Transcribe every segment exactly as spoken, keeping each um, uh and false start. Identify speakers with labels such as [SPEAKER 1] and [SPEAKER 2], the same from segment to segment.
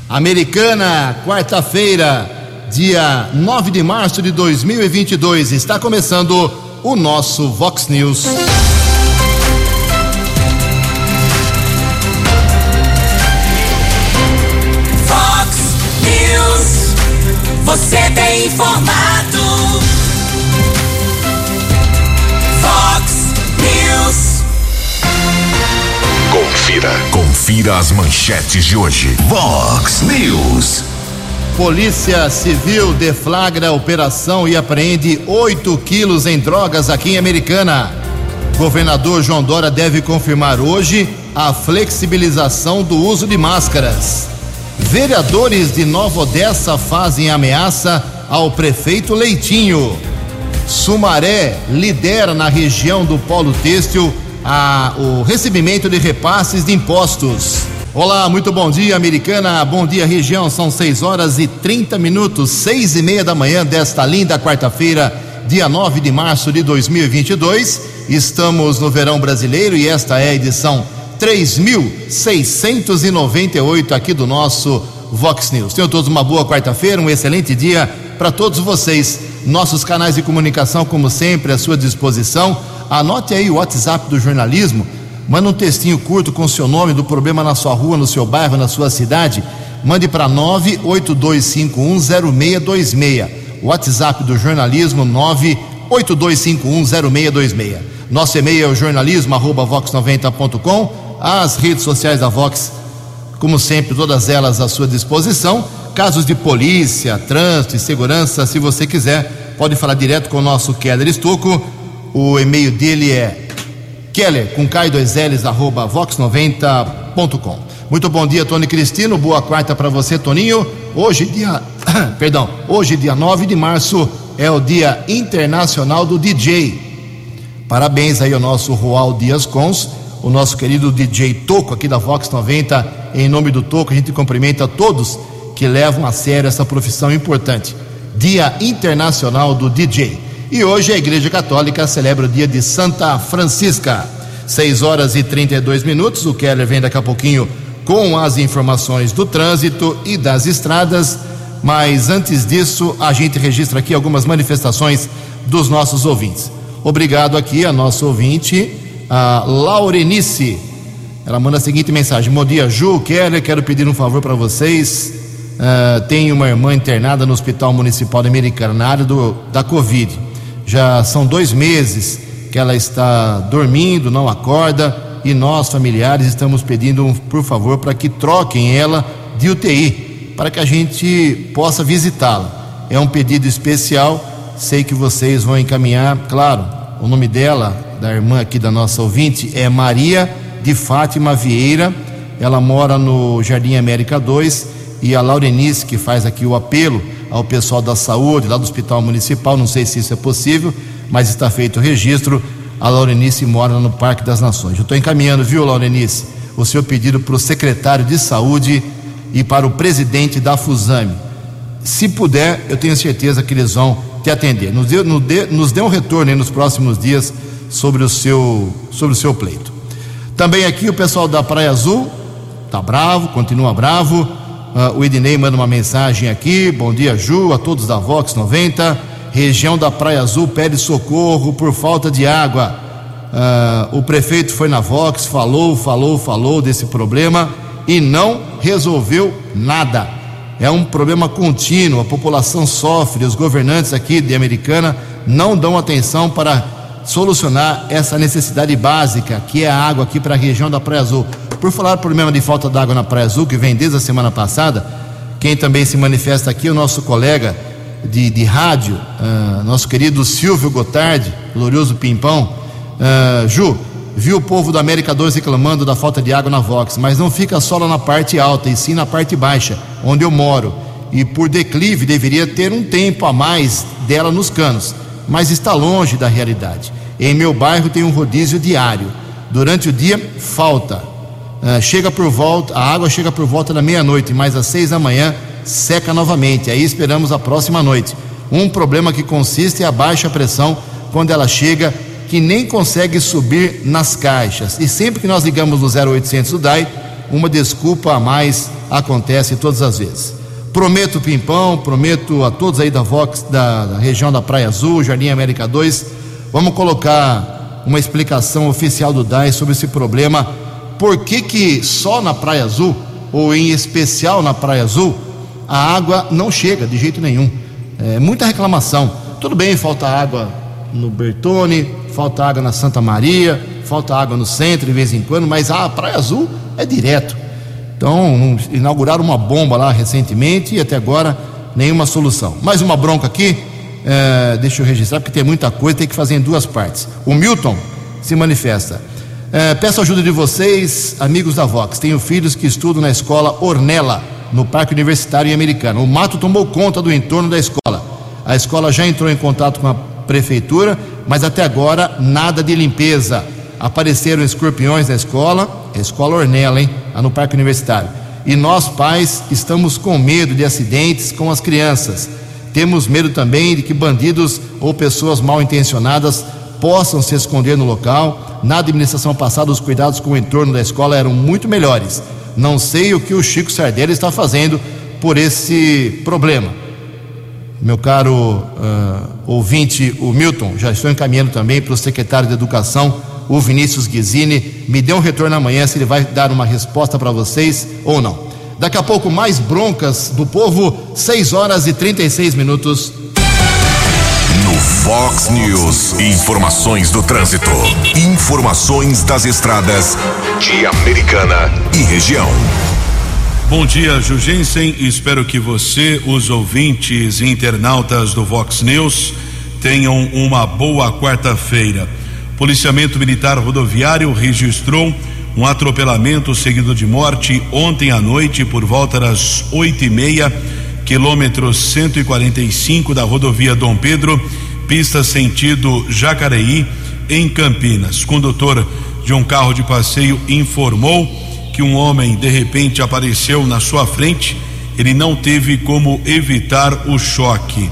[SPEAKER 1] Americana, quarta-feira, dia nove de março de dois mil e vinte e dois, está começando o nosso Vox News.
[SPEAKER 2] Vox News, você bem informado. Vox News.
[SPEAKER 3] Confira, confira as manchetes de hoje. Vox News.
[SPEAKER 1] Polícia Civil deflagra operação e apreende oito quilos em drogas aqui em Americana. Governador João Dória deve confirmar hoje a flexibilização do uso de máscaras. Vereadores de Nova Odessa fazem ameaça ao prefeito Leitinho. Sumaré lidera na região do Polo Têxtil a, o recebimento de repasses de impostos. Olá, muito bom dia, Americana, bom dia, região, são seis horas e trinta minutos, seis e meia da manhã desta linda quarta-feira, dia nove de março de dois mil e vinte e dois, estamos no verão brasileiro e esta é a edição três mil seiscentos e noventa e oito aqui do nosso Vox News. Tenham todos uma boa quarta-feira, um excelente dia para todos vocês. Nossos canais de comunicação, como sempre, à sua disposição. Anote aí o WhatsApp do jornalismo. Manda um textinho curto com o seu nome, do problema na sua rua, no seu bairro, na sua cidade. Mande para nove oito dois cinco um zero seis dois seis. WhatsApp do jornalismo nove oito dois cinco um zero seis dois seis. Nosso e-mail é o jornalismo arroba vox noventa ponto com. As redes sociais da Vox, como sempre, todas elas à sua disposição. Casos de polícia, trânsito e segurança, se você quiser, pode falar direto com o nosso Keller Estocco. O e-mail dele é Keller, com K e dois L's, arroba vox noventa ponto com. Muito bom dia, Tony Cristino, boa quarta para você, Toninho. Hoje, dia, perdão, hoje, dia nove de março, é o Dia Internacional do D J. Parabéns aí ao nosso Roal Dias Cons, o nosso querido D J Toco aqui da Vox noventa. Em nome do Toco, a gente cumprimenta todos que levam a sério essa profissão importante. Dia Internacional do D J. E hoje a Igreja Católica celebra o dia de Santa Francisca. seis horas e trinta e dois minutos. O Keller vem daqui a pouquinho com as informações do trânsito e das estradas. Mas antes disso, a gente registra aqui algumas manifestações dos nossos ouvintes. Obrigado aqui a nosso ouvinte, a Laurenice. Ela manda a seguinte mensagem: bom dia, Ju, Keller, quero pedir um favor para vocês. Uh, tenho uma irmã internada no Hospital Municipal de Americana, na área do, da Covid. Já são dois meses que ela está dormindo, não acorda, e nós, familiares, estamos pedindo, por favor, para que troquem ela de U T I, para que a gente possa visitá-la. É um pedido especial, sei que vocês vão encaminhar. Claro, o nome dela, da irmã aqui da nossa ouvinte, é Maria de Fátima Vieira. Ela mora no Jardim América dois, e a Laurenice, que faz aqui o apelo ao pessoal da saúde, lá do Hospital Municipal, não sei se isso é possível, mas está feito o registro. A Laurenice mora no Parque das Nações. Eu estou encaminhando, viu, Laurenice, o seu pedido para o secretário de saúde e para o presidente da Fusame. Se puder, eu tenho certeza que eles vão te atender. Nos dê, nos dê, nos dê um retorno aí nos próximos dias sobre o seu, sobre o seu pleito. Também aqui o pessoal da Praia Azul está bravo, continua bravo. Uh, o Ednei manda uma mensagem aqui: bom dia, Ju, a todos da Vox noventa. Região da Praia Azul pede socorro por falta de água. Uh, o prefeito foi na Vox, falou, falou, falou desse problema e não resolveu nada. É um problema contínuo, a população sofre, os governantes aqui de Americana não dão atenção para solucionar essa necessidade básica, que é a água aqui para a região da Praia Azul. Por falar do problema de falta d'água na Praia Azul, que vem desde a semana passada, quem também se manifesta aqui é o nosso colega de, de rádio, uh, nosso querido Silvio Gotardi, glorioso Pimpão. Uh, Ju, viu o povo da América dois reclamando da falta de água na Vox, mas não fica só lá na parte alta, e sim na parte baixa, onde eu moro. E por declive deveria ter um tempo a mais dela nos canos, mas está longe da realidade. Em meu bairro tem um rodízio diário. Durante o dia, falta. Uh, chega por volta, a água chega por volta da meia-noite, mas às seis da manhã seca novamente. Aí esperamos a próxima noite. Um problema que consiste em a baixa pressão quando ela chega, que nem consegue subir nas caixas. E sempre que nós ligamos no zero oitocentos do D A I, uma desculpa a mais acontece todas as vezes. Prometo, Pimpão, prometo a todos aí da Vox, da, da região da Praia Azul, Jardim América dois, vamos colocar uma explicação oficial do D A I sobre esse problema. Por que que só na Praia Azul, ou em especial na Praia Azul, a água não chega de jeito nenhum? É muita reclamação. Tudo bem, falta água no Bertone, falta água na Santa Maria, falta água no centro de vez em quando, mas a Praia Azul é direto. Então, inauguraram uma bomba lá recentemente e até agora nenhuma solução. Mais uma bronca aqui, é, deixa eu registrar porque tem muita coisa, tem que fazer em duas partes. O Milton se manifesta. É, peço a ajuda de vocês, amigos da Vox. Tenho filhos que estudam na escola Ornella, no Parque Universitário Americano. O mato tomou conta do entorno da escola. A escola já entrou em contato com a prefeitura, mas até agora nada de limpeza. Apareceram escorpiões na escola, a escola Ornella, hein? Lá no Parque Universitário. E nós, pais, estamos com medo de acidentes com as crianças. Temos medo também de que bandidos ou pessoas mal intencionadas possam se esconder no local. Na administração passada, os cuidados com o entorno da escola eram muito melhores. Não sei o que o Chico Sardelli está fazendo por esse problema. Meu caro uh, ouvinte, o Milton, já estou encaminhando também para o secretário de Educação, o Vinícius Guizini. Me dê um retorno amanhã se ele vai dar uma resposta para vocês ou não. Daqui a pouco mais broncas do povo, seis horas e trinta e seis minutos.
[SPEAKER 3] No Fox News, informações do trânsito, informações das estradas de Americana e região.
[SPEAKER 4] Bom dia, Jugensen. Espero que você, os ouvintes e internautas do Fox News, tenham uma boa quarta-feira. Policiamento Militar Rodoviário registrou um atropelamento seguido de morte ontem à noite por volta das oito e meia, quilômetro cento e quarenta e cinco da rodovia Dom Pedro, pista sentido Jacareí, em Campinas. Condutor de um carro de passeio informou que um homem de repente apareceu na sua frente. Ele não teve como evitar o choque.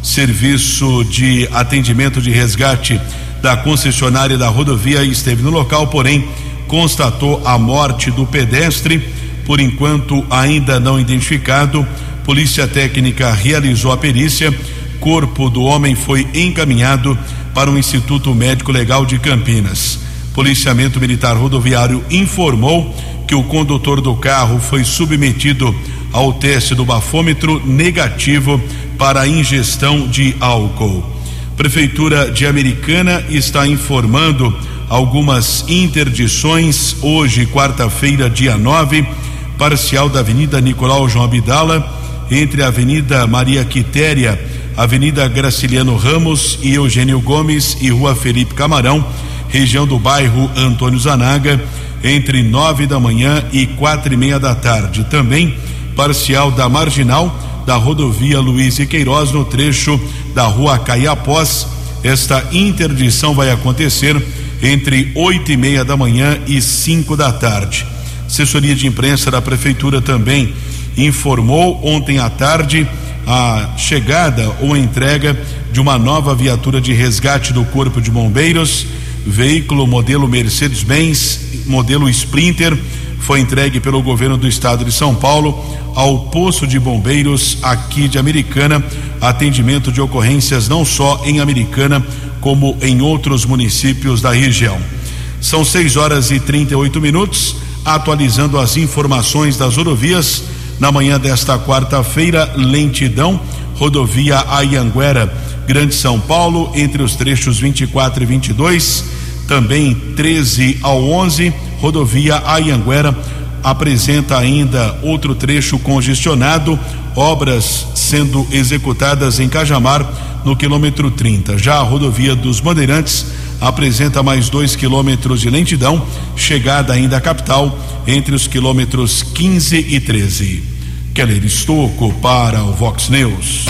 [SPEAKER 4] Serviço de atendimento de resgate da concessionária da rodovia esteve no local, porém constatou a morte do pedestre, por enquanto ainda não identificado. Polícia Técnica realizou a perícia. Corpo do homem foi encaminhado para o Instituto Médico Legal de Campinas. Policiamento Militar Rodoviário informou que o condutor do carro foi submetido ao teste do bafômetro negativo para a ingestão de álcool. Prefeitura de Americana está informando algumas interdições hoje, quarta-feira, dia nove, parcial da Avenida Nicolau João Abdala, entre a Avenida Maria Quitéria, Avenida Graciliano Ramos e Eugênio Gomes e Rua Felipe Camarão, região do bairro Antônio Zanaga, entre nove da manhã e quatro e meia da tarde. Também parcial da Marginal da rodovia Luiz e Queiroz, no trecho da Rua Caiapós. Esta interdição vai acontecer entre oito e meia da manhã e cinco da tarde. Assessoria de imprensa da Prefeitura também informou ontem à tarde a chegada ou entrega de uma nova viatura de resgate do Corpo de Bombeiros. Veículo modelo Mercedes-Benz, modelo Sprinter, foi entregue pelo governo do estado de São Paulo ao posto de bombeiros aqui de Americana. Atendimento de ocorrências não só em Americana, como em outros municípios da região. São seis horas e trinta e oito minutos, atualizando as informações das rodovias. Na manhã desta quarta-feira, lentidão, rodovia Anhanguera, Grande São Paulo, entre os trechos vinte e quatro e vinte e dois, também treze ao onze, rodovia Anhanguera apresenta ainda outro trecho congestionado, obras sendo executadas em Cajamar, no quilômetro trinta. Já a rodovia dos Bandeirantes apresenta mais dois quilômetros de lentidão, chegada ainda à capital, entre os quilômetros quinze e treze. Keller Estocco para o Vox News.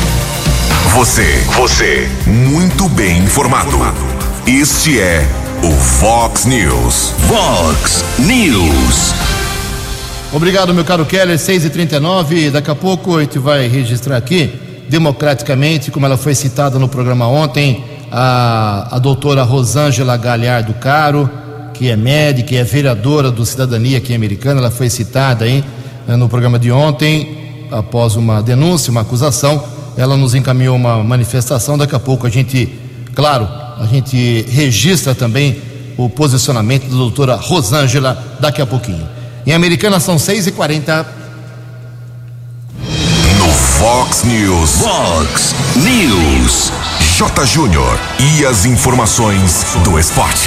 [SPEAKER 3] Você, você, muito bem informado. Este é o Vox News. Vox News.
[SPEAKER 1] Obrigado, meu caro Keller. seis e trinta e nove. Daqui a pouco a gente vai registrar aqui, democraticamente, como ela foi citada no programa ontem, a, a doutora Rosângela Galhardo Caro, que é médica e é vereadora do Cidadania aqui em Americana. Ela foi citada aí no programa de ontem, após uma denúncia, uma acusação, ela nos encaminhou uma manifestação. Daqui a pouco a gente, claro, a gente registra também o posicionamento da doutora Rosângela daqui a pouquinho. Em Americana são seis e quarenta.
[SPEAKER 3] No Fox News. Fox News. J. Júnior e as informações do esporte.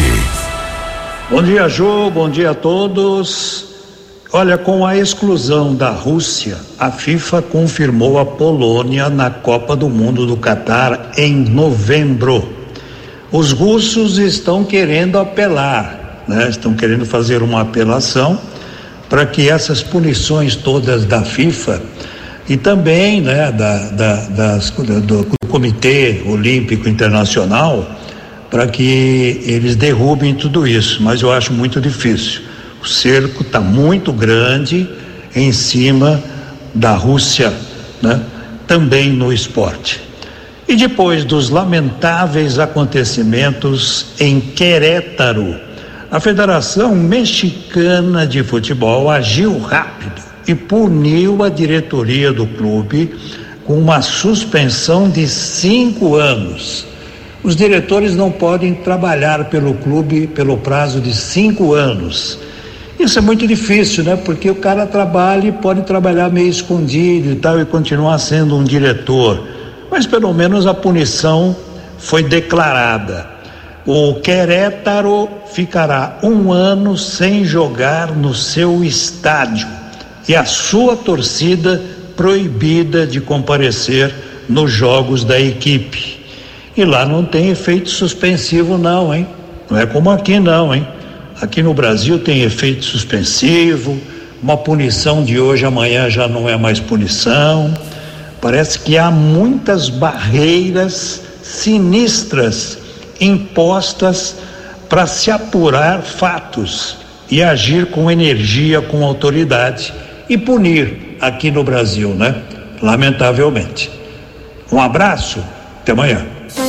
[SPEAKER 5] Bom dia, Jô. Bom dia a todos. Olha, com a exclusão da Rússia, a FIFA confirmou a Polônia na Copa do Mundo do Catar em novembro. Os russos estão querendo apelar, né? Estão querendo fazer uma apelação para que essas punições todas da FIFA e também, né, da, da, das, do, do Comitê Olímpico Internacional, para que eles derrubem tudo isso. Mas eu acho muito difícil. O cerco está muito grande em cima da Rússia, né? Também no esporte. E depois dos lamentáveis acontecimentos em Querétaro, a Federação Mexicana de Futebol agiu rápido e puniu a diretoria do clube com uma suspensão de cinco anos. Os diretores não podem trabalhar pelo clube pelo prazo de cinco anos. Isso é muito difícil, né? Porque o cara trabalha e pode trabalhar meio escondido e tal e continuar sendo um diretor. Mas pelo menos a punição foi declarada. O Querétaro ficará um ano sem jogar no seu estádio e a sua torcida proibida de comparecer nos jogos da equipe. E lá não tem efeito suspensivo não, hein? Não é como aqui não, hein? Aqui no Brasil tem efeito suspensivo, uma punição de hoje, amanhã já não é mais punição. Parece que há muitas barreiras sinistras impostas para se apurar fatos e agir com energia, com autoridade e punir aqui no Brasil, né? Lamentavelmente. Um abraço, até amanhã.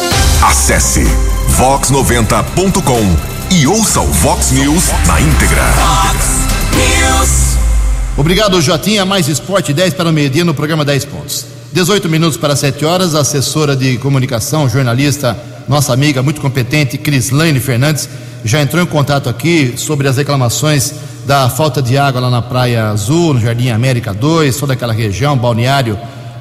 [SPEAKER 3] Acesse vox noventa ponto com e ouça o Vox News na íntegra.
[SPEAKER 2] Fox News.
[SPEAKER 1] Obrigado, Jotinha. Mais esporte, dez para o meio-dia no programa dez pontos. dezoito minutos para sete horas, a assessora de comunicação, jornalista, nossa amiga muito competente, Crislaine Fernandes, já entrou em contato aqui sobre as reclamações da falta de água lá na Praia Azul, no Jardim América dois, toda aquela região, balneário,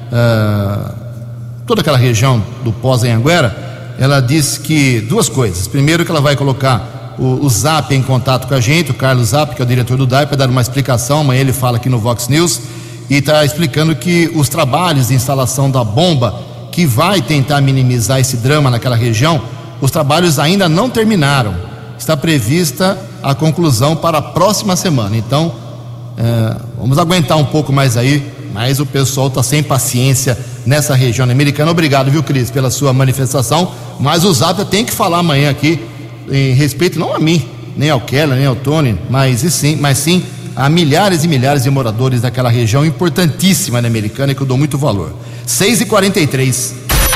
[SPEAKER 1] uh, toda aquela região do Pós-Anhanguera. Ela disse que duas coisas. Primeiro, que ela vai colocar o, o Zap em contato com a gente, o Carlos Zap, que é o diretor do D A I, para dar uma explicação. Amanhã ele fala aqui no Vox News e está explicando que os trabalhos de instalação da bomba, que vai tentar minimizar esse drama naquela região, os trabalhos ainda não terminaram. Está prevista a conclusão para a próxima semana. Então, é, vamos aguentar um pouco mais aí, mas o pessoal está sem paciência nessa região americana. Obrigado, viu, Cris, pela sua manifestação. Mas o Zap tem que falar amanhã aqui em respeito não a mim, nem ao Keller, nem ao Tony, mas sim, mas sim a milhares e milhares de moradores daquela região importantíssima na Americana, que eu dou muito valor. seis e quarenta e três.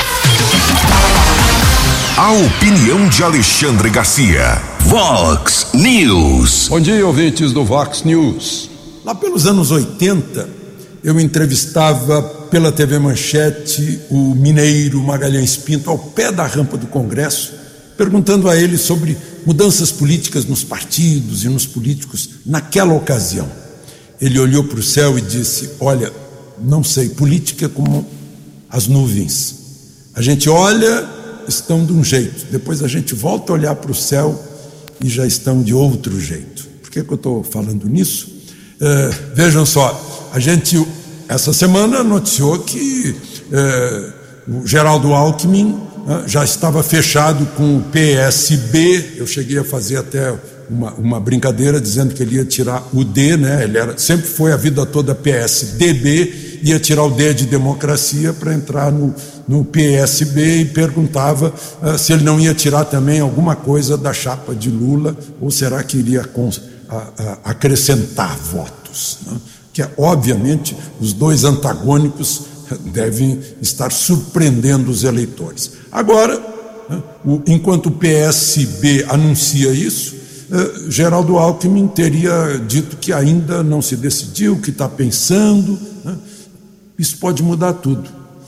[SPEAKER 3] A opinião de Alexandre Garcia. Vox News.
[SPEAKER 6] Bom dia, ouvintes do Vox News. Lá pelos anos oitenta, eu entrevistava pela T V Manchete o mineiro Magalhães Pinto ao pé da rampa do Congresso, perguntando a ele sobre mudanças políticas nos partidos e nos políticos naquela ocasião. Ele olhou para o céu e disse: olha, não sei, política é como as nuvens. A gente olha, estão de um jeito, depois a gente volta a olhar para o céu e já estão de outro jeito. Por que que eu estou falando nisso? Uh, vejam só, a gente essa semana noticiou que uh, o Geraldo Alckmin uh, já estava fechado com o P S B. Eu cheguei a fazer até uma, uma brincadeira dizendo que ele ia tirar o D, né? Ele era, sempre foi a vida toda P S D B, ia tirar o D de democracia para entrar no, no P S B e perguntava uh, se ele não ia tirar também alguma coisa da chapa de Lula, ou será que iria cons- a, a, acrescentar votos, né? Que obviamente os dois antagônicos devem estar surpreendendo os eleitores. Agora, né, o, enquanto o P S B anuncia isso, uh, Geraldo Alckmin teria dito que ainda não se decidiu, que está pensando, né? Isso pode mudar tudo.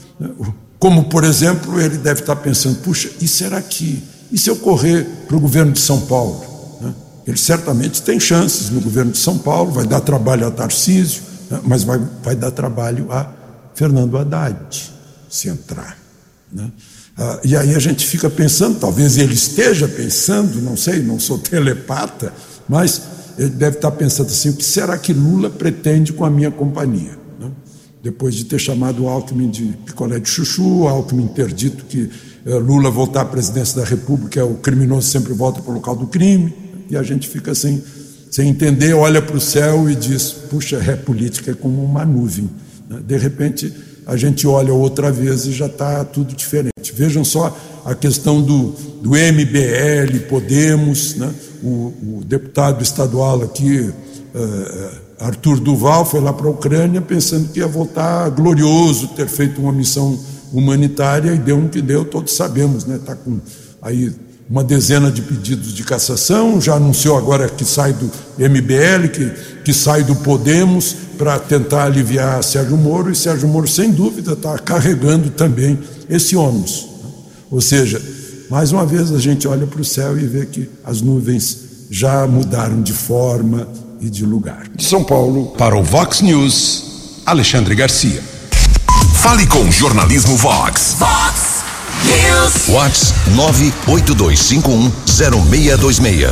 [SPEAKER 6] Como, por exemplo, ele deve estar pensando, puxa, e será que, e se eu correr para o governo de São Paulo? Né? Ele certamente tem chances no governo de São Paulo, vai dar trabalho a Tarcísio, né? Mas vai, vai dar trabalho a Fernando Haddad, se entrar. Né? Ah, e aí a gente fica pensando, talvez ele esteja pensando, não sei, não sou telepata, mas ele deve estar pensando assim, o que será que Lula pretende com a minha companhia? Né? Depois de ter chamado o Alckmin de picolé de chuchu, o Alckmin ter dito que eh, Lula voltar à presidência da República, é o criminoso sempre volta para o local do crime, e a gente fica sem, sem entender, olha para o céu e diz, puxa, é, política é como uma nuvem. Né? De repente, a gente olha outra vez e já está tudo diferente. Vejam só a questão do, do M B L, Podemos, né? o, o deputado estadual aqui, uh, Arthur Duval, foi lá para a Ucrânia pensando que ia voltar glorioso, ter feito uma missão humanitária e deu um que deu, todos sabemos, né? Está com aí uma dezena de pedidos de cassação, já anunciou agora que sai do M B L, que, que sai do Podemos para tentar aliviar Sérgio Moro, e Sérgio Moro, sem dúvida, está carregando também esse ônus. Ou seja, mais uma vez a gente olha para o céu e vê que as nuvens já mudaram de forma e de lugar.
[SPEAKER 7] De São Paulo, para o Vox News, Alexandre Garcia.
[SPEAKER 3] Fale com Jornalismo Vox.
[SPEAKER 2] Vox News.
[SPEAKER 3] Vox nove oito dois cinco um zero seis dois seis.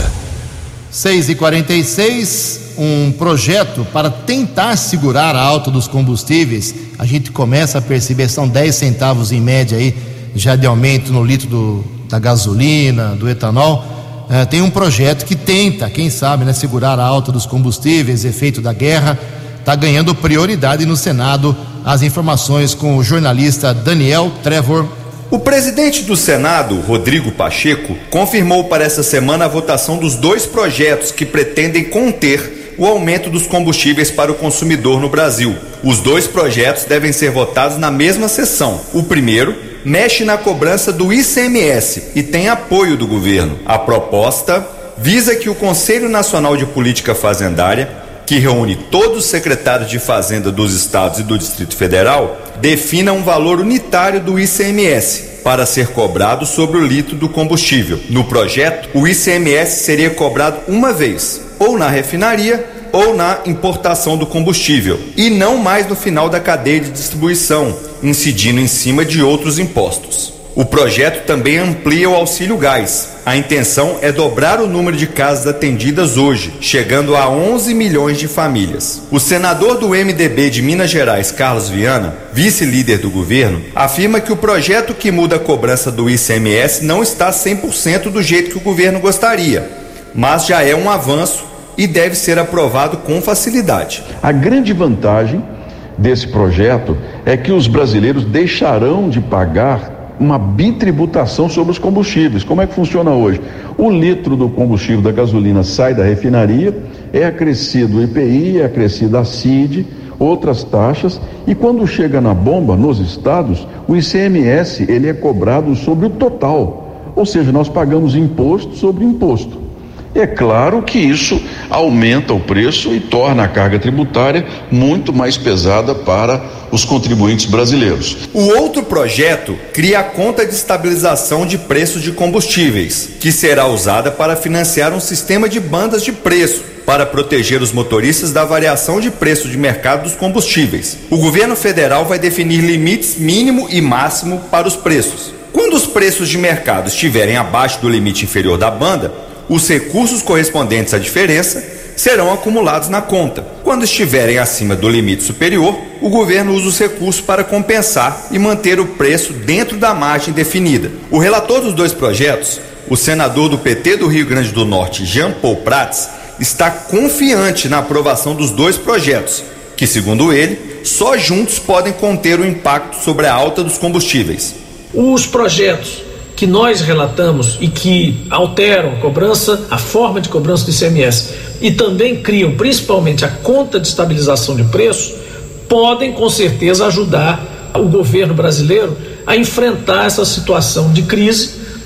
[SPEAKER 1] seis e quarenta e seis, um projeto para tentar segurar a alta dos combustíveis. A gente começa a perceber, são dez centavos em média aí, já de aumento no litro do, da gasolina, do etanol. É, tem um projeto que tenta, quem sabe, né, segurar a alta dos combustíveis, efeito da guerra. Está ganhando prioridade no Senado. As informações com o jornalista Daniel Trevor.
[SPEAKER 8] O presidente do Senado, Rodrigo Pacheco, confirmou para essa semana a votação dos dois projetos que pretendem conter o aumento dos combustíveis para o consumidor no Brasil. Os dois projetos devem ser votados na mesma sessão. O primeiro mexe na cobrança do I C M S e tem apoio do governo. A proposta visa que o Conselho Nacional de Política Fazendária, que reúne todos os secretários de Fazenda dos estados e do Distrito Federal, defina um valor unitário do I C M S para ser cobrado sobre o litro do combustível. No projeto, o I C M S seria cobrado uma vez, ou na refinaria ou na importação do combustível, e não mais no final da cadeia de distribuição, incidindo em cima de outros impostos. O projeto também amplia o auxílio gás. A intenção é dobrar o número de casas atendidas hoje, chegando a onze milhões de famílias. O senador do M D B de Minas Gerais, Carlos Viana, vice-líder do governo, afirma que o projeto que muda a cobrança do I C M S não está cem por cento do jeito que o governo gostaria, mas já é um avanço e deve ser aprovado com facilidade.
[SPEAKER 9] A grande vantagem desse projeto é que os brasileiros deixarão de pagar uma bitributação sobre os combustíveis. Como é que funciona hoje? O litro do combustível da gasolina sai da refinaria, é acrescido o I P I, é acrescido a C I D, outras taxas, e quando chega na bomba, nos estados, o I C M S ele é cobrado sobre o total, ou seja, nós pagamos imposto sobre imposto. É claro que isso aumenta o preço e torna a carga tributária muito mais pesada para os contribuintes brasileiros.
[SPEAKER 8] O outro projeto cria a conta de estabilização de preços de combustíveis, que será usada para financiar um sistema de bandas de preço para proteger os motoristas da variação de preço de mercado dos combustíveis. O governo federal vai definir limites mínimo e máximo para os preços. Quando os preços de mercado estiverem abaixo do limite inferior da banda, os recursos correspondentes à diferença serão acumulados na conta. Quando estiverem acima do limite superior, o governo usa os recursos para compensar e manter o preço dentro da margem definida. O relator dos dois projetos, o senador do P T do Rio Grande do Norte, Jean Paul Prats, está confiante na aprovação dos dois projetos, que, segundo ele, só juntos podem conter o impacto sobre a alta dos combustíveis.
[SPEAKER 10] Os projetos que nós relatamos e que alteram a cobrança, a forma de cobrança do I C M S e também criam principalmente a conta de estabilização de preços, podem com certeza ajudar o governo brasileiro a enfrentar essa situação de crise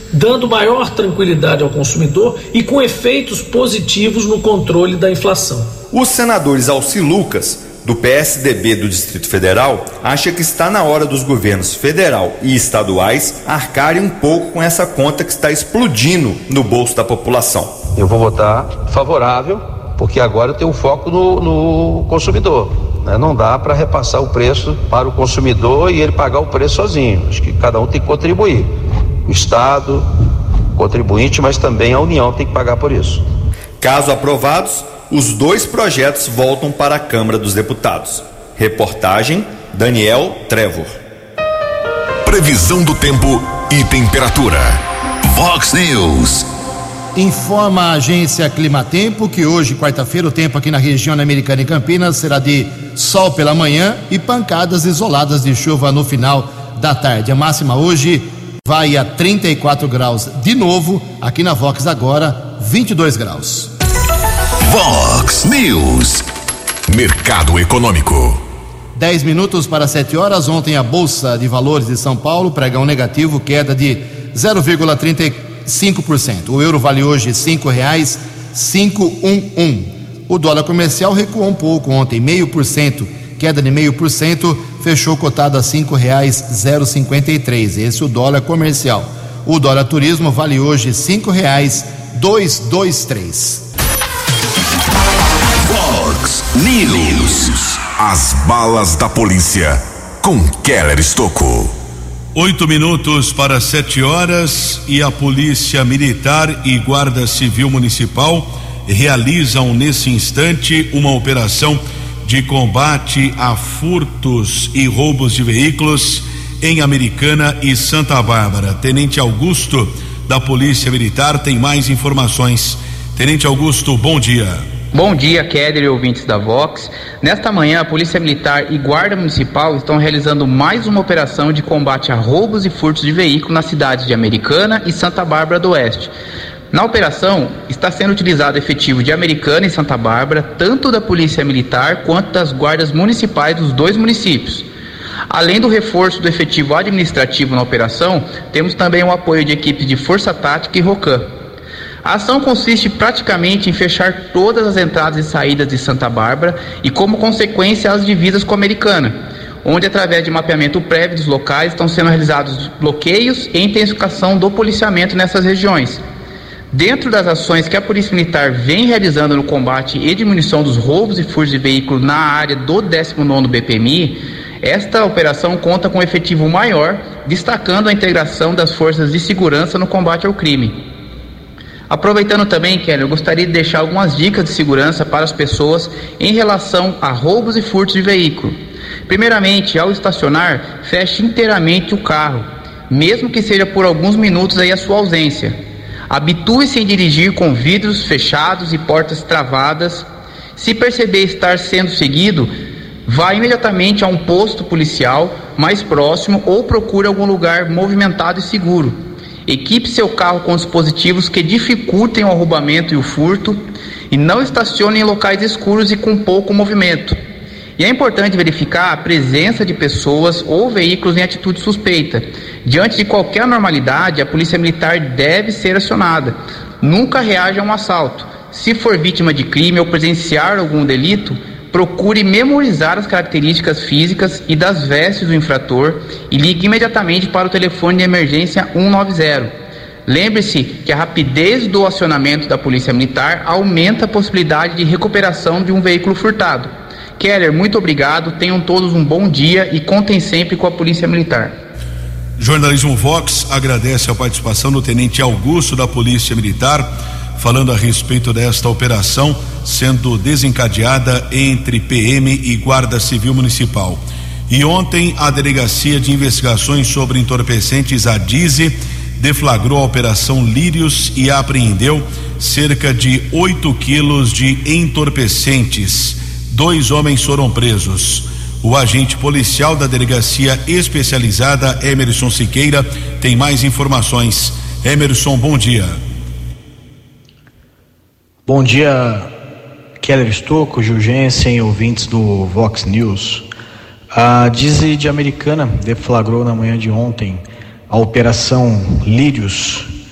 [SPEAKER 10] dando maior tranquilidade ao consumidor e com efeitos positivos no controle da inflação.
[SPEAKER 8] Os senadores Alci Lucas, do P S D B do Distrito Federal, acha que está na hora dos governos federal e estaduais arcarem um pouco com essa conta que está explodindo no bolso da população.
[SPEAKER 11] Eu vou votar favorável, porque agora eu tenho um foco no, no consumidor, né? Não dá para repassar o preço para o consumidor e ele pagar o preço sozinho. Acho que cada um tem que contribuir. O Estado, o contribuinte, mas também a União tem que pagar por isso.
[SPEAKER 8] Caso aprovados, os dois projetos voltam para a Câmara dos Deputados. Reportagem Daniel Trevor.
[SPEAKER 3] Previsão do tempo e temperatura. Vox News.
[SPEAKER 1] Informa a agência Climatempo que hoje, quarta-feira, o tempo aqui na região Americana e Campinas será de sol pela manhã e pancadas isoladas de chuva no final da tarde. A máxima hoje vai a trinta e quatro graus de novo, aqui na Vox agora, vinte e dois graus.
[SPEAKER 3] Vox News. Mercado Econômico.
[SPEAKER 1] dez minutos para sete horas. Ontem a Bolsa de Valores de São Paulo, pregão negativo, queda de zero vírgula trinta e cinco por cento. O euro vale hoje cinco reais quinhentos e onze. O dólar comercial recuou um pouco ontem, meio por cento, queda de meio por cento, fechou cotado a cinco reais zero cinquenta e três. Esse é o dólar comercial. O dólar turismo vale hoje cinco reais duzentos e vinte e três.
[SPEAKER 3] Vox News. As balas da polícia com Keller Estocco.
[SPEAKER 4] Oito minutos para sete horas e a Polícia Militar e Guarda Civil Municipal realizam nesse instante uma operação de combate a furtos e roubos de veículos em Americana e Santa Bárbara. Tenente Augusto da Polícia Militar tem mais informações. Tenente Augusto, bom dia.
[SPEAKER 12] Bom dia, Keller e ouvintes da Vox. Nesta manhã, a Polícia Militar e Guarda Municipal estão realizando mais uma operação de combate a roubos e furtos de veículo nas cidades de Americana e Santa Bárbara do Oeste. Na operação, está sendo utilizado efetivo de Americana e Santa Bárbara, tanto da Polícia Militar quanto das guardas municipais dos dois municípios. Além do reforço do efetivo administrativo na operação, temos também o apoio de equipes de Força Tática e ROCAM. A ação consiste praticamente em fechar todas as entradas e saídas de Santa Bárbara e, como consequência, as divisas com a Americana, onde, através de mapeamento prévio dos locais, estão sendo realizados bloqueios e intensificação do policiamento nessas regiões. Dentro das ações que a Polícia Militar vem realizando no combate e diminuição dos roubos e furtos de veículos na área do décimo nono B P M I, esta operação conta com um efetivo maior, destacando a integração das forças de segurança no combate ao crime. Aproveitando também, Kelly, eu gostaria de deixar algumas dicas de segurança para as pessoas em relação a roubos e furtos de veículo. Primeiramente, ao estacionar, feche inteiramente o carro, mesmo que seja por alguns minutos aí a sua ausência. Habitue-se em dirigir com vidros fechados e portas travadas. Se perceber estar sendo seguido, vá imediatamente a um posto policial mais próximo ou procure algum lugar movimentado e seguro. Equipe seu carro com dispositivos que dificultem o arrombamento e o furto e não estacione em locais escuros e com pouco movimento. E é importante verificar a presença de pessoas ou veículos em atitude suspeita. Diante de qualquer anormalidade, a Polícia Militar deve ser acionada. Nunca reaja a um assalto. Se for vítima de crime ou presenciar algum delito, procure memorizar as características físicas e das vestes do infrator e ligue imediatamente para o telefone de emergência cento e noventa. Lembre-se que a rapidez do acionamento da Polícia Militar aumenta a possibilidade de recuperação de um veículo furtado. Keller, muito obrigado, tenham todos um bom dia e contem sempre com a Polícia Militar.
[SPEAKER 4] Jornalismo Vox agradece a participação do Tenente Augusto da Polícia Militar, falando a respeito desta operação sendo desencadeada entre P M e Guarda Civil Municipal. E ontem a Delegacia de Investigações sobre Entorpecentes, a DIZI, deflagrou a Operação Lírios e apreendeu cerca de oito quilos de entorpecentes. Dois homens foram presos. O agente policial da Delegacia Especializada, Emerson Siqueira, tem mais informações. Emerson, bom dia.
[SPEAKER 13] Bom dia, Keller Estocco, Jurgensen, ouvintes do Vox News. A DIZI de Americana deflagrou na manhã de ontem a Operação Lírios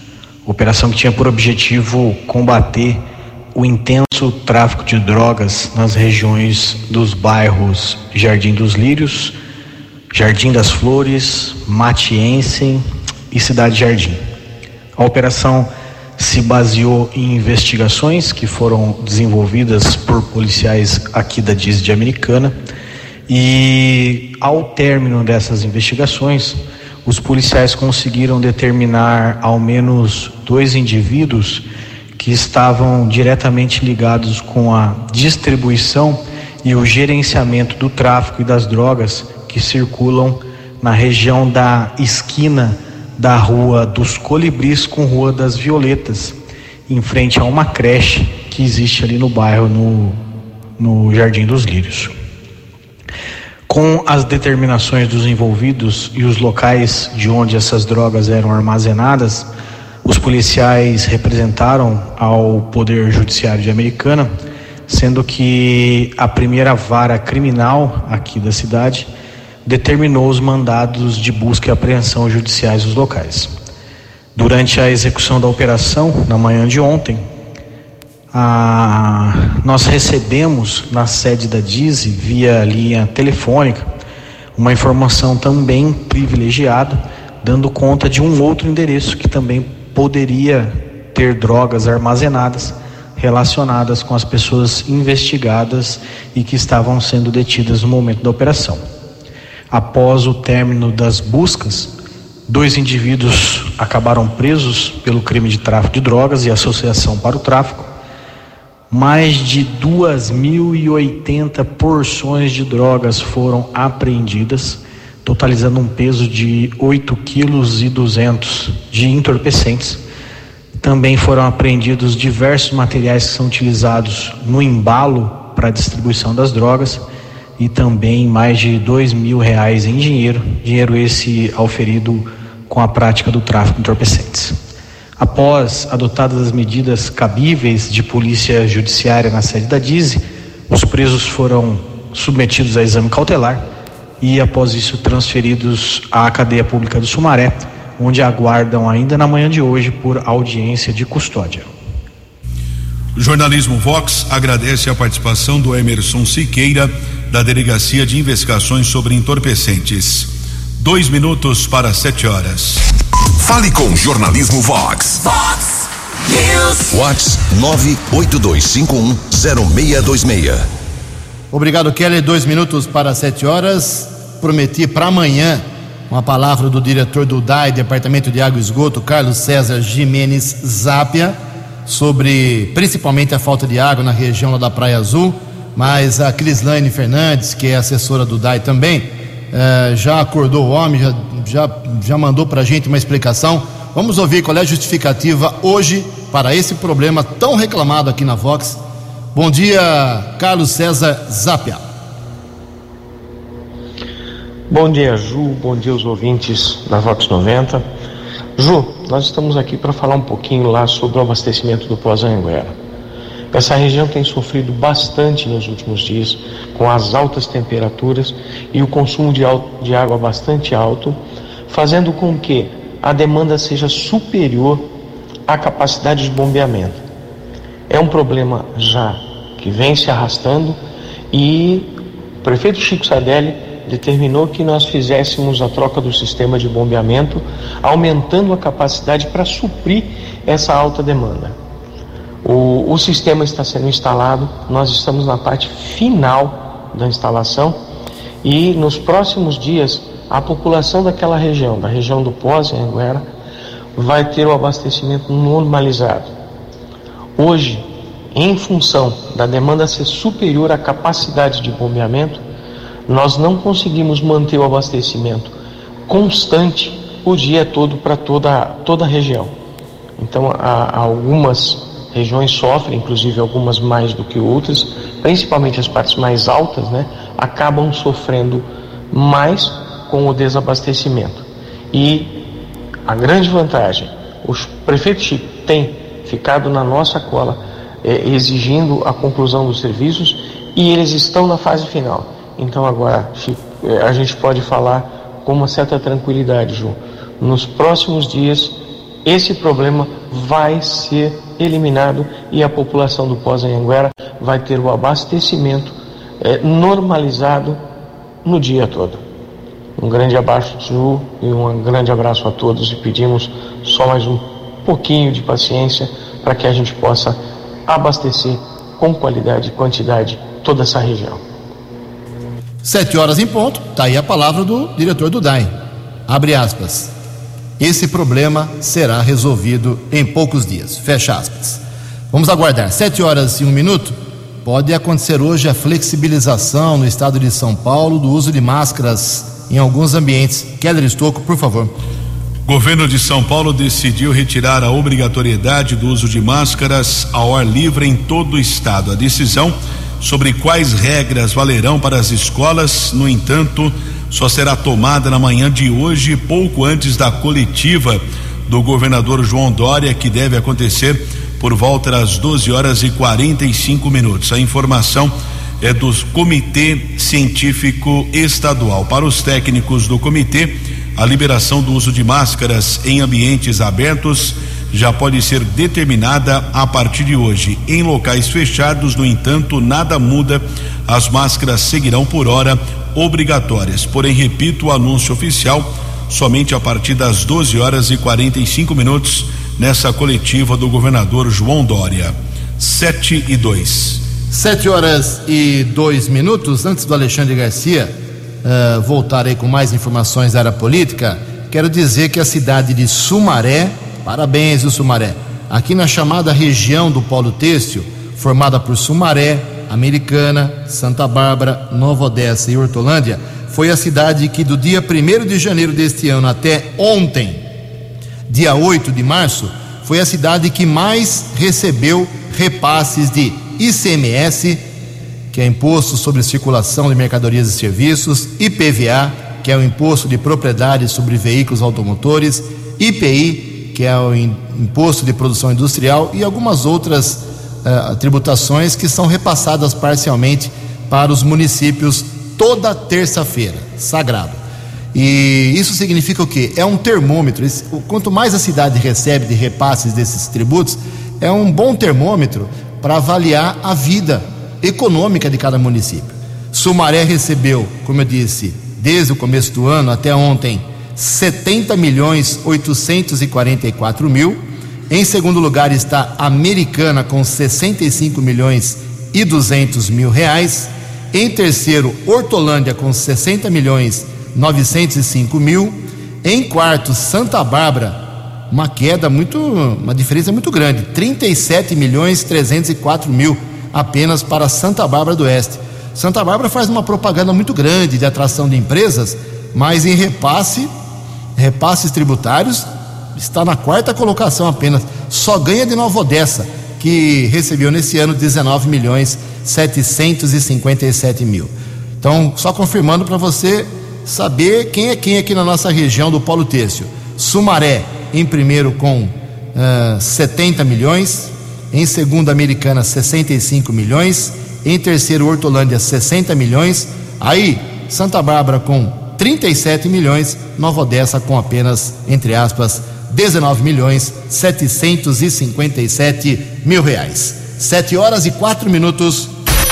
[SPEAKER 13] Operação que tinha por objetivo combater o intenso tráfico de drogas nas regiões dos bairros Jardim dos Lírios, Jardim das Flores, Matiense e Cidade Jardim. A operação se baseou em investigações que foram desenvolvidas por policiais aqui da D I S de Americana, e ao término dessas investigações, os policiais conseguiram determinar ao menos dois indivíduos que estavam diretamente ligados com a distribuição e o gerenciamento do tráfico e das drogas que circulam na região da esquina da Rua dos Colibris com Rua das Violetas, em frente a uma creche que existe ali no bairro, no, no Jardim dos Lírios. Com as determinações dos envolvidos e os locais de onde essas drogas eram armazenadas, os policiais representaram ao Poder Judiciário de Americana, sendo que a primeira vara criminal aqui da cidade determinou os mandados de busca e apreensão judiciais nos locais. Durante a execução da operação, na manhã de ontem, a... nós recebemos na sede da D I S, via linha telefônica, uma informação também privilegiada, dando conta de um outro endereço que também poderia ter drogas armazenadas relacionadas com as pessoas investigadas e que estavam sendo detidas no momento da operação. Após o término das buscas, dois indivíduos acabaram presos pelo crime de tráfico de drogas e associação para o tráfico. Mais de duas mil e oitenta porções de drogas foram apreendidas, totalizando um peso de oito quilos e duzentos de entorpecentes. Também foram apreendidos diversos materiais que são utilizados no embalo para a distribuição das drogas e também mais de dois mil reais em dinheiro, dinheiro esse auferido com a prática do tráfico de entorpecentes. Após adotadas as medidas cabíveis de polícia judiciária na sede da D I S, os presos foram submetidos a exame cautelar e após isso transferidos à cadeia pública do Sumaré, onde aguardam ainda na manhã de hoje por audiência de custódia.
[SPEAKER 4] O Jornalismo Vox agradece a participação do Emerson Siqueira, da Delegacia de Investigações sobre Entorpecentes. Dois minutos para sete horas.
[SPEAKER 3] Fale com o Jornalismo Vox.
[SPEAKER 2] Vox News.
[SPEAKER 3] Vox nove oito dois cinco um zero seis dois seis.
[SPEAKER 1] Obrigado, Kelly. Dois minutos para sete horas. Prometi para amanhã uma palavra do diretor do D A I, Departamento de Água e Esgoto, Carlos César Jimenez Zápia, sobre principalmente a falta de água na região lá da Praia Azul, mas a Crislaine Fernandes, que é assessora do D A I também, eh, já acordou o homem, já, já, já mandou para a gente uma explicação. Vamos ouvir qual é a justificativa hoje para esse problema tão reclamado aqui na Vox. Bom dia, Carlos César Zápia.
[SPEAKER 14] Bom dia, Ju, bom dia aos ouvintes da Vox noventa. Ju, nós estamos aqui para falar um pouquinho lá sobre o abastecimento do Poço-Anhanguera. Essa região tem sofrido bastante nos últimos dias com as altas temperaturas e o consumo de, alto, de água bastante alto, fazendo com que a demanda seja superior à capacidade de bombeamento. É um problema já que vem se arrastando e o prefeito Chico Sardelli determinou que nós fizéssemos a troca do sistema de bombeamento, aumentando a capacidade para suprir essa alta demanda. O, o sistema está sendo instalado, nós estamos na parte final da instalação e nos próximos dias a população daquela região, da região do Poço-Anhanguera, vai ter o abastecimento normalizado. Hoje, em função da demanda ser superior à capacidade de bombeamento, nós não conseguimos manter o abastecimento constante o dia todo para toda, toda a região. Então, há, algumas regiões sofrem, inclusive algumas mais do que outras, principalmente as partes mais altas, né, acabam sofrendo mais com o desabastecimento. E a grande vantagem, o prefeito Chico tem ficado na nossa cola, é, exigindo a conclusão dos serviços, e eles estão na fase final. Então agora a gente pode falar com uma certa tranquilidade, Ju. Nos próximos dias esse problema vai ser eliminado e a população do Pós-Anhanguera vai ter o abastecimento é, normalizado no dia todo. Um grande abraço, Ju, e um grande abraço a todos, e pedimos só mais um pouquinho de paciência para que a gente possa abastecer com qualidade e quantidade toda essa região.
[SPEAKER 1] Sete horas em ponto, tá aí a palavra do diretor do D A I. Abre aspas. Esse problema será resolvido em poucos dias. Fecha aspas. Vamos aguardar. Sete horas e um minuto. Pode acontecer hoje a flexibilização no estado de São Paulo do uso de máscaras em alguns ambientes. Keller Estocco, por favor.
[SPEAKER 4] Governo de São Paulo decidiu retirar a obrigatoriedade do uso de máscaras ao ar livre em todo o estado. A decisão sobre quais regras valerão para as escolas, no entanto, só será tomada na manhã de hoje, pouco antes da coletiva do governador João Dória, que deve acontecer por volta das doze horas e quarenta e cinco minutos. A informação é do Comitê Científico Estadual. Para os técnicos do comitê, a liberação do uso de máscaras em ambientes abertos já pode ser determinada a partir de hoje. Em locais fechados, no entanto, nada muda. As máscaras seguirão por hora obrigatórias. Porém, repito, o anúncio oficial somente a partir das doze horas e quarenta e cinco minutos nessa coletiva do governador João Dória. Sete e dois.
[SPEAKER 1] Sete horas e dois minutos. Antes do Alexandre Garcia uh, voltar aí com mais informações da área política, quero dizer que a cidade de Sumaré, parabéns, o Sumaré, aqui na chamada região do Polo Têxtil, formada por Sumaré, Americana, Santa Bárbara, Nova Odessa e Hortolândia, foi a cidade que do dia primeiro de janeiro deste ano até ontem, dia oito de março, foi a cidade que mais recebeu repasses de I C M S, que é Imposto sobre Circulação de Mercadorias e Serviços, I P V A, que é o Imposto de Propriedade sobre Veículos Automotores, I P I, que é o Imposto de Produção Industrial, e algumas outras uh, tributações que são repassadas parcialmente para os municípios toda terça-feira, sagrado. E isso significa o quê? É um termômetro. Quanto mais a cidade recebe de repasses desses tributos, é um bom termômetro para avaliar a vida econômica de cada município. Sumaré recebeu, como eu disse, desde o começo do ano até ontem, setenta milhões oitocentos e quarenta e quatro mil. Em segundo lugar está Americana com sessenta e cinco milhões e duzentos mil reais. Em terceiro, Hortolândia com sessenta milhões novecentos e cinco mil. Em quarto, Santa Bárbara, uma queda muito, uma diferença muito grande, trinta e sete milhões trezentos e quatro mil apenas para Santa Bárbara do Oeste. Santa Bárbara faz uma propaganda muito grande de atração de empresas, mas em repasse, repasses tributários, está na quarta colocação apenas, só ganha de Nova Odessa, que recebeu nesse ano dezenove milhões setecentos e cinquenta e sete mil. Então, só confirmando para você saber quem é quem aqui na nossa região do Polo Têxtil. Sumaré em primeiro com uh, setenta milhões, em segundo Americana sessenta e cinco milhões, em terceiro Hortolândia sessenta milhões, aí Santa Bárbara com trinta e sete milhões, Nova Odessa com apenas, entre aspas, dezenove milhões setecentos e cinquenta e sete mil reais. Sete horas e quatro minutos.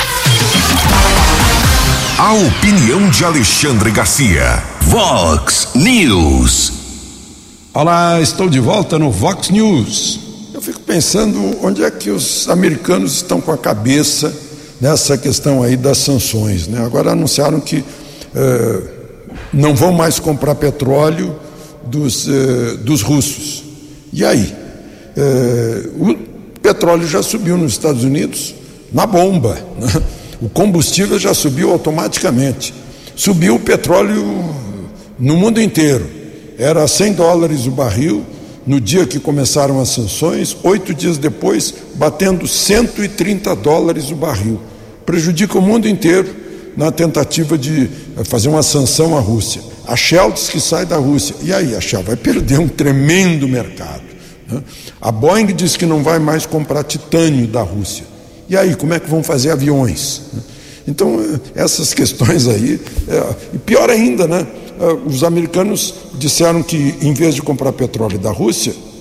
[SPEAKER 3] A opinião de Alexandre Garcia. Vox News.
[SPEAKER 6] Olá, estou de volta no Vox News. Eu fico pensando onde é que os americanos estão com a cabeça nessa questão aí das sanções, né? Agora anunciaram que uh, não vão mais comprar petróleo dos, uh, dos russos. E aí? Uh, o petróleo já subiu nos Estados Unidos na bomba, né? O combustível já subiu automaticamente. Subiu o petróleo no mundo inteiro. Era cem dólares o barril no dia que começaram as sanções, oito dias depois batendo cento e trinta dólares o barril. Prejudica o mundo inteiro na tentativa de fazer uma sanção à Rússia. A Shell diz que sai da Rússia. E aí, a Shell vai perder um tremendo mercado, né? A Boeing diz que não vai mais comprar titânio da Rússia. E aí, como é que vão fazer aviões? Então, essas questões aí, é, e pior ainda, né? Os americanos disseram que, em vez de comprar petróleo da Rússia,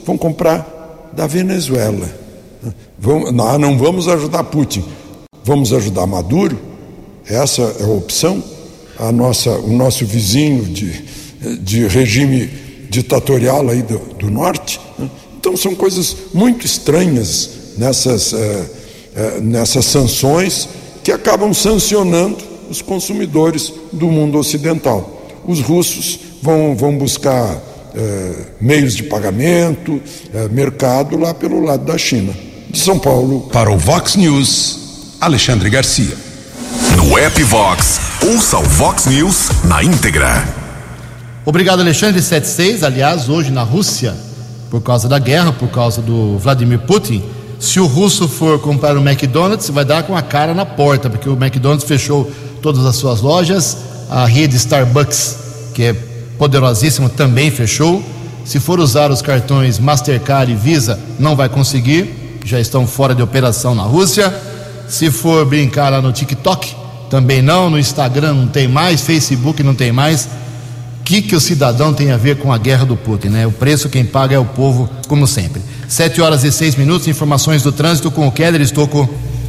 [SPEAKER 6] vão comprar da Venezuela. Vão, nós não vamos ajudar Putin, vamos ajudar Maduro. Essa é a opção. A nossa, o nosso vizinho de, de regime ditatorial aí do, do norte. Então são coisas muito estranhas nessas, eh, eh, nessas sanções que acabam sancionando os consumidores do mundo ocidental. Os russos vão, vão buscar eh, meios de pagamento, eh, mercado lá pelo lado da China. De São Paulo.
[SPEAKER 7] Para o Vox News, Alexandre Garcia.
[SPEAKER 3] No app Vox, ouça o Vox News na íntegra.
[SPEAKER 1] Obrigado, Alexandre. sete seis, aliás, hoje na Rússia, por causa da guerra, por causa do Vladimir Putin, se o russo for comprar o McDonald's, vai dar com a cara na porta, porque o McDonald's fechou todas as suas lojas, a rede Starbucks, que é poderosíssima, também fechou. Se for usar os cartões Mastercard e Visa, não vai conseguir, já estão fora de operação na Rússia. Se for brincar lá no TikTok, também não, no Instagram não tem mais, Facebook não tem mais. O que, que o cidadão tem a ver com a guerra do Putin, né? O preço quem paga é o povo, como sempre. Sete horas e seis minutos, informações do trânsito com o Keller Estocco.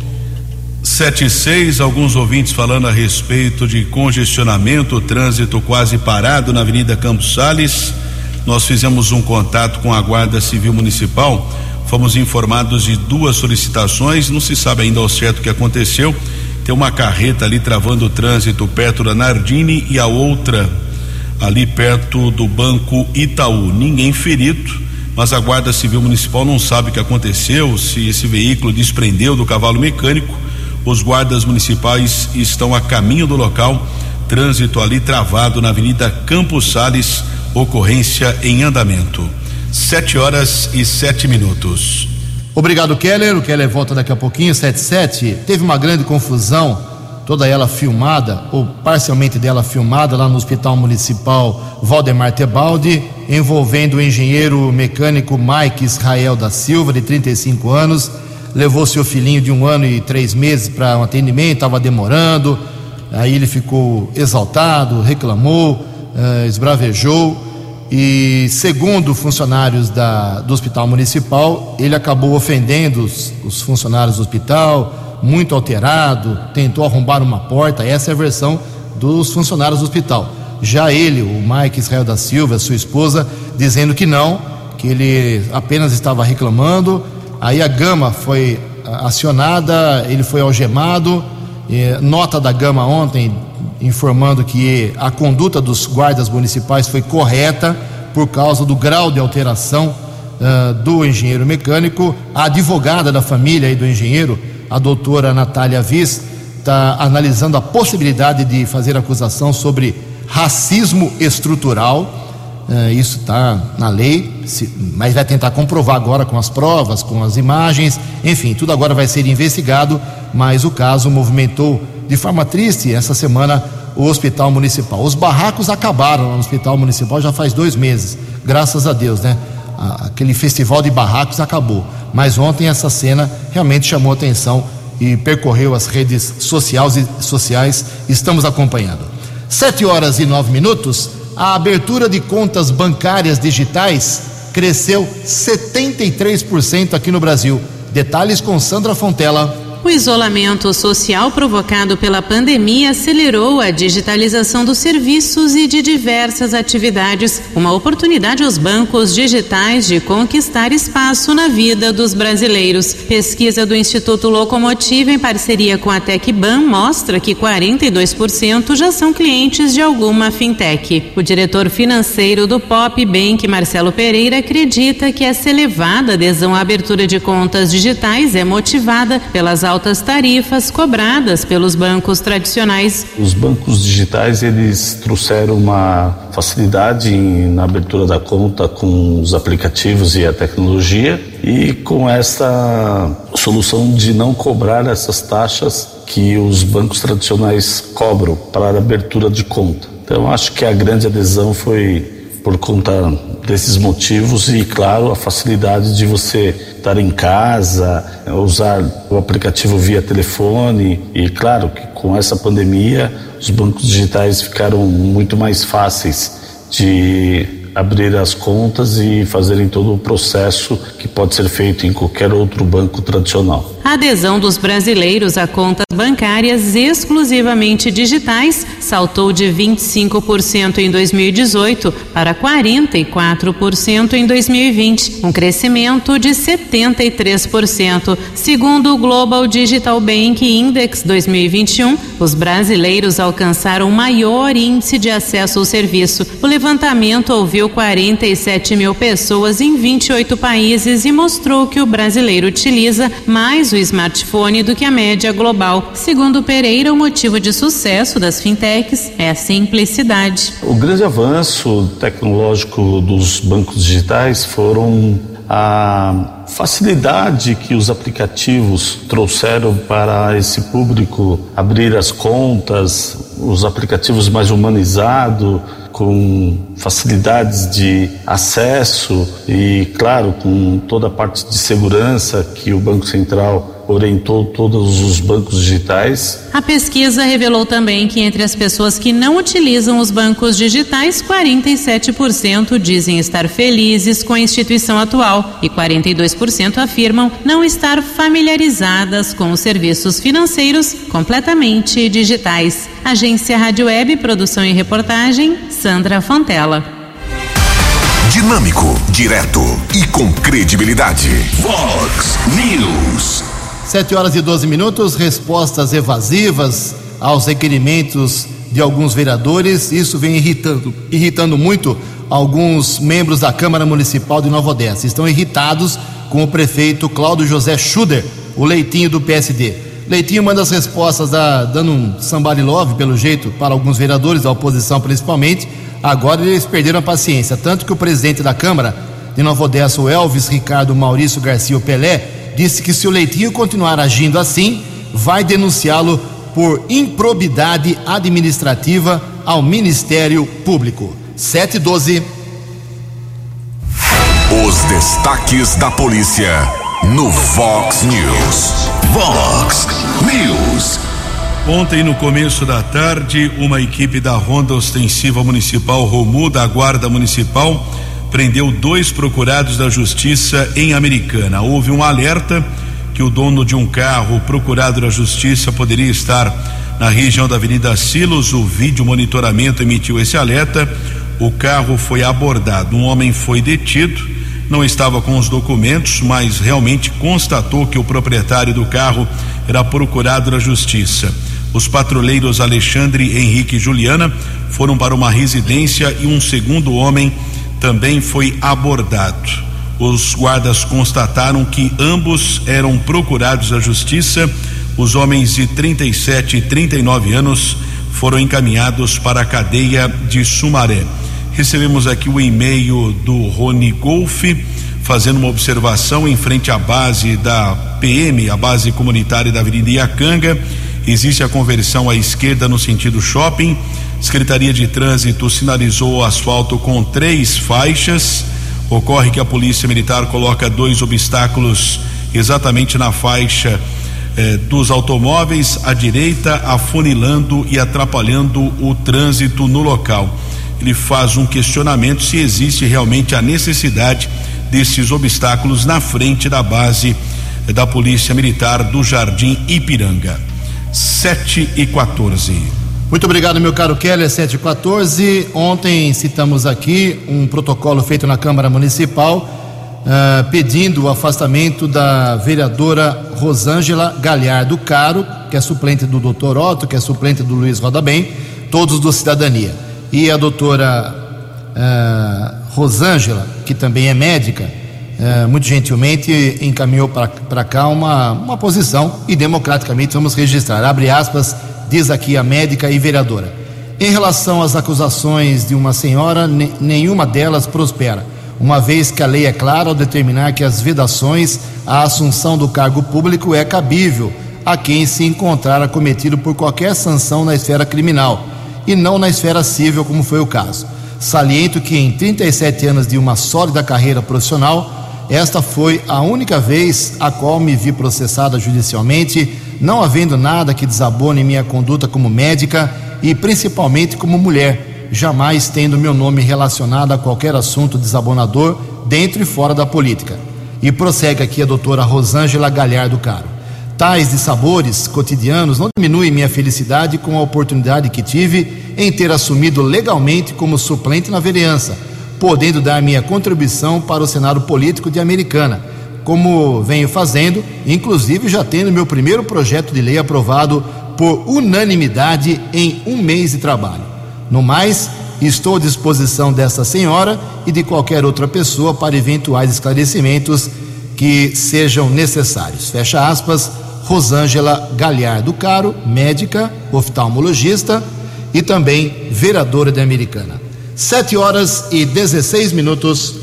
[SPEAKER 4] Sete e seis, alguns ouvintes falando a respeito de congestionamento, trânsito quase parado na Avenida Campos Sales. Nós fizemos um contato com a Guarda Civil Municipal, fomos informados de duas solicitações, não se sabe ainda ao certo o que aconteceu. Tem uma carreta ali travando o trânsito perto da Nardini e a outra ali perto do Banco Itaú. Ninguém ferido, mas a Guarda Civil Municipal não sabe o que aconteceu, se esse veículo desprendeu do cavalo mecânico. Os guardas municipais estão a caminho do local, trânsito ali travado na Avenida Campos Sales, ocorrência em andamento. Sete horas e sete minutos.
[SPEAKER 1] Obrigado, Keller. O Keller volta daqui a pouquinho, sete e sete. Teve uma grande confusão, toda ela filmada, ou parcialmente dela filmada, lá no Hospital Municipal Valdemar Tebaldi, envolvendo o engenheiro mecânico Mike Israel da Silva, de trinta e cinco anos. Levou seu filhinho de um ano e três meses para um atendimento, estava demorando. Aí ele ficou exaltado, reclamou, eh, esbravejou. E segundo funcionários da, do Hospital Municipal, ele acabou ofendendo os, os funcionários do hospital, muito alterado, tentou arrombar uma porta. Essa é a versão dos funcionários do hospital. Já ele, o Mike Israel da Silva, sua esposa, dizendo que não, que ele apenas estava reclamando. Aí a Gama foi acionada, ele foi algemado. Nota da Gama ontem informando que a conduta dos guardas municipais foi correta por causa do grau de alteração uh, do engenheiro mecânico. A advogada da família e do engenheiro, a doutora Natália Viz, está analisando a possibilidade de fazer acusação sobre racismo estrutural. Uh, isso está na lei, se, mas vai tentar comprovar agora com as provas, com as imagens, enfim, tudo agora vai ser investigado. Mas o caso movimentou de forma triste essa semana o Hospital Municipal. Os barracos acabaram no Hospital Municipal já faz dois meses, graças a Deus, né? Aquele festival de barracos acabou, mas ontem essa cena realmente chamou atenção e percorreu as redes sociais e sociais. Estamos acompanhando. Sete horas e nove minutos. A abertura de contas bancárias digitais cresceu setenta e três por cento aqui no Brasil. Detalhes com Sandra Fontela.
[SPEAKER 15] O isolamento social provocado pela pandemia acelerou a digitalização dos serviços e de diversas atividades, uma oportunidade aos bancos digitais de conquistar espaço na vida dos brasileiros. Pesquisa do Instituto Locomotiva em parceria com a Tecban mostra que quarenta e dois por cento já são clientes de alguma fintech. O diretor financeiro do Pop Bank, Marcelo Pereira, acredita que essa elevada adesão à abertura de contas digitais é motivada pelas altas tarifas cobradas pelos bancos tradicionais.
[SPEAKER 16] Os bancos digitais, eles trouxeram uma facilidade em, na abertura da conta com os aplicativos e a tecnologia, e com essa solução de não cobrar essas taxas que os bancos tradicionais cobram para a abertura de conta. Então, acho que a grande adesão foi por conta desses motivos e, claro, a facilidade de você estar em casa, usar o aplicativo via telefone. E, claro, que com essa pandemia os bancos digitais ficaram muito mais fáceis de abrir as contas e fazerem todo o processo que pode ser feito em qualquer outro banco tradicional.
[SPEAKER 15] A adesão dos brasileiros a contas bancárias exclusivamente digitais saltou de vinte e cinco por cento em dois mil e dezoito para quarenta e quatro por cento em dois mil e vinte, um crescimento de setenta e três por cento. Segundo o Global Digital Bank Index dois mil e vinte e um, os brasileiros alcançaram o maior índice de acesso ao serviço. O levantamento ouviu quarenta e sete mil pessoas em vinte e oito países e mostrou que o brasileiro utiliza mais o smartphone do que a média global. Segundo Pereira, o motivo de sucesso das fintechs é a simplicidade.
[SPEAKER 16] O grande avanço tecnológico dos bancos digitais foram a facilidade que os aplicativos trouxeram para esse público abrir as contas, os aplicativos mais humanizados, com facilidades de acesso e, claro, com toda a parte de segurança que o Banco Central orientou todos os bancos digitais.
[SPEAKER 15] A pesquisa revelou também que entre as pessoas que não utilizam os bancos digitais, quarenta e sete por cento dizem estar felizes com a instituição atual e quarenta e dois por cento afirmam não estar familiarizadas com os serviços financeiros completamente digitais. Agência Rádio Web, produção e reportagem, Sandra Fontela.
[SPEAKER 3] Dinâmico, direto e com credibilidade. Vox News.
[SPEAKER 1] Sete horas e doze minutos, respostas evasivas aos requerimentos de alguns vereadores. Isso vem irritando, irritando muito alguns membros da Câmara Municipal de Nova Odessa. Estão irritados com o prefeito Cláudio José Schuder, o Leitinho do P S D. Leitinho manda as respostas da, dando um somebody love, pelo jeito, para alguns vereadores da oposição principalmente. Agora eles perderam a paciência, tanto que o presidente da Câmara de Nova Odessa, o Elvis Ricardo Maurício Garcia Pelé, disse que se o Leitinho continuar agindo assim, vai denunciá-lo por improbidade administrativa ao Ministério Público. sete e doze.
[SPEAKER 3] Os destaques da polícia no Vox News. Vox News.
[SPEAKER 4] Ontem, no começo da tarde, uma equipe da Ronda Ostensiva Municipal Romu, da Guarda Municipal, prendeu dois procurados da Justiça em Americana. Houve um alerta que o dono de um carro procurado da Justiça poderia estar na região da Avenida Silos. O vídeo monitoramento emitiu esse alerta. O carro foi abordado. Um homem foi detido, não estava com os documentos, mas realmente constatou que o proprietário do carro era procurado da Justiça. Os patrulheiros Alexandre, Henrique e Juliana foram para uma residência e um segundo homem também foi abordado. Os guardas constataram que ambos eram procurados da Justiça. Os homens de trinta e sete e trinta e nove anos foram encaminhados para a cadeia de Sumaré. Recebemos aqui o e-mail do Rony Golfe, fazendo uma observação em frente à base da P M, a base comunitária da Avenida Iacanga. Existe a conversão à esquerda no sentido shopping. Secretaria de Trânsito sinalizou o asfalto com três faixas. Ocorre que a Polícia Militar coloca dois obstáculos exatamente na faixa eh, dos automóveis à direita, afunilando e atrapalhando o trânsito no local. Ele faz um questionamento se existe realmente a necessidade desses obstáculos na frente da base eh, da Polícia Militar do Jardim Ipiranga. sete e quatorze.
[SPEAKER 1] Muito obrigado, meu caro Keller. Sete e quatorze. Ontem citamos aqui um protocolo feito na Câmara Municipal uh, pedindo o afastamento da vereadora Rosângela Galhardo Caro, que é suplente do doutor Otto, que é suplente do Luiz Roda Bem, todos do Cidadania. E a doutora uh, Rosângela, que também é médica, uh, muito gentilmente encaminhou para cá uma, uma posição e democraticamente vamos registrar. Abre aspas, diz aqui a médica e vereadora. Em relação às acusações de uma senhora, ne- nenhuma delas prospera, uma vez que a lei é clara ao determinar que as vedações à assunção do cargo público é cabível a quem se encontrar acometido por qualquer sanção na esfera criminal e não na esfera civil, como foi o caso. Saliento que em trinta e sete anos de uma sólida carreira profissional, esta foi a única vez a qual me vi processada judicialmente, não havendo nada que desabone minha conduta como médica e principalmente como mulher. jamais tendo meu nome relacionado a qualquer assunto desabonador dentro e fora da política. E prossegue aqui a doutora Rosângela Galhardo Caro. Tais dissabores cotidianos não diminuem minha felicidade com a oportunidade que tive em ter assumido legalmente como suplente na vereança, podendo dar minha contribuição para o Senado Político de Americana, como venho fazendo, inclusive já tendo meu primeiro projeto de lei aprovado por unanimidade em um mês de trabalho. No mais, estou à disposição desta senhora e de qualquer outra pessoa para eventuais esclarecimentos que sejam necessários. Fecha aspas, Rosângela Galhardo Caro, médica, oftalmologista e também vereadora de Americana. Sete horas e dezesseis minutos.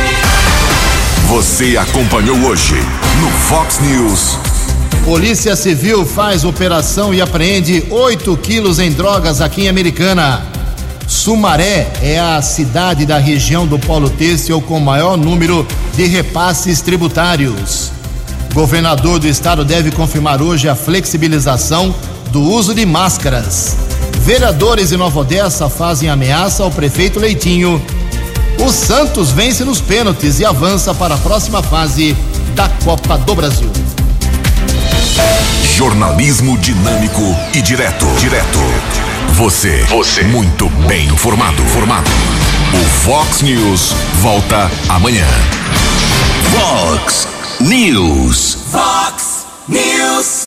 [SPEAKER 3] Você acompanhou hoje no Fox News.
[SPEAKER 1] Polícia Civil faz operação e apreende oito quilos em drogas aqui em Americana. Sumaré é a cidade da região do Polo Têxtil com maior número de repasses tributários. Governador do estado deve confirmar hoje a flexibilização do uso de máscaras. Vereadores de Nova Odessa fazem ameaça ao prefeito Leitinho. O Santos vence nos pênaltis e avança para a próxima fase da Copa do Brasil.
[SPEAKER 3] Jornalismo dinâmico e direto. Direto. Você. Você. Muito bem informado. Formado. O Fox News volta amanhã.
[SPEAKER 2] Fox News. Fox News.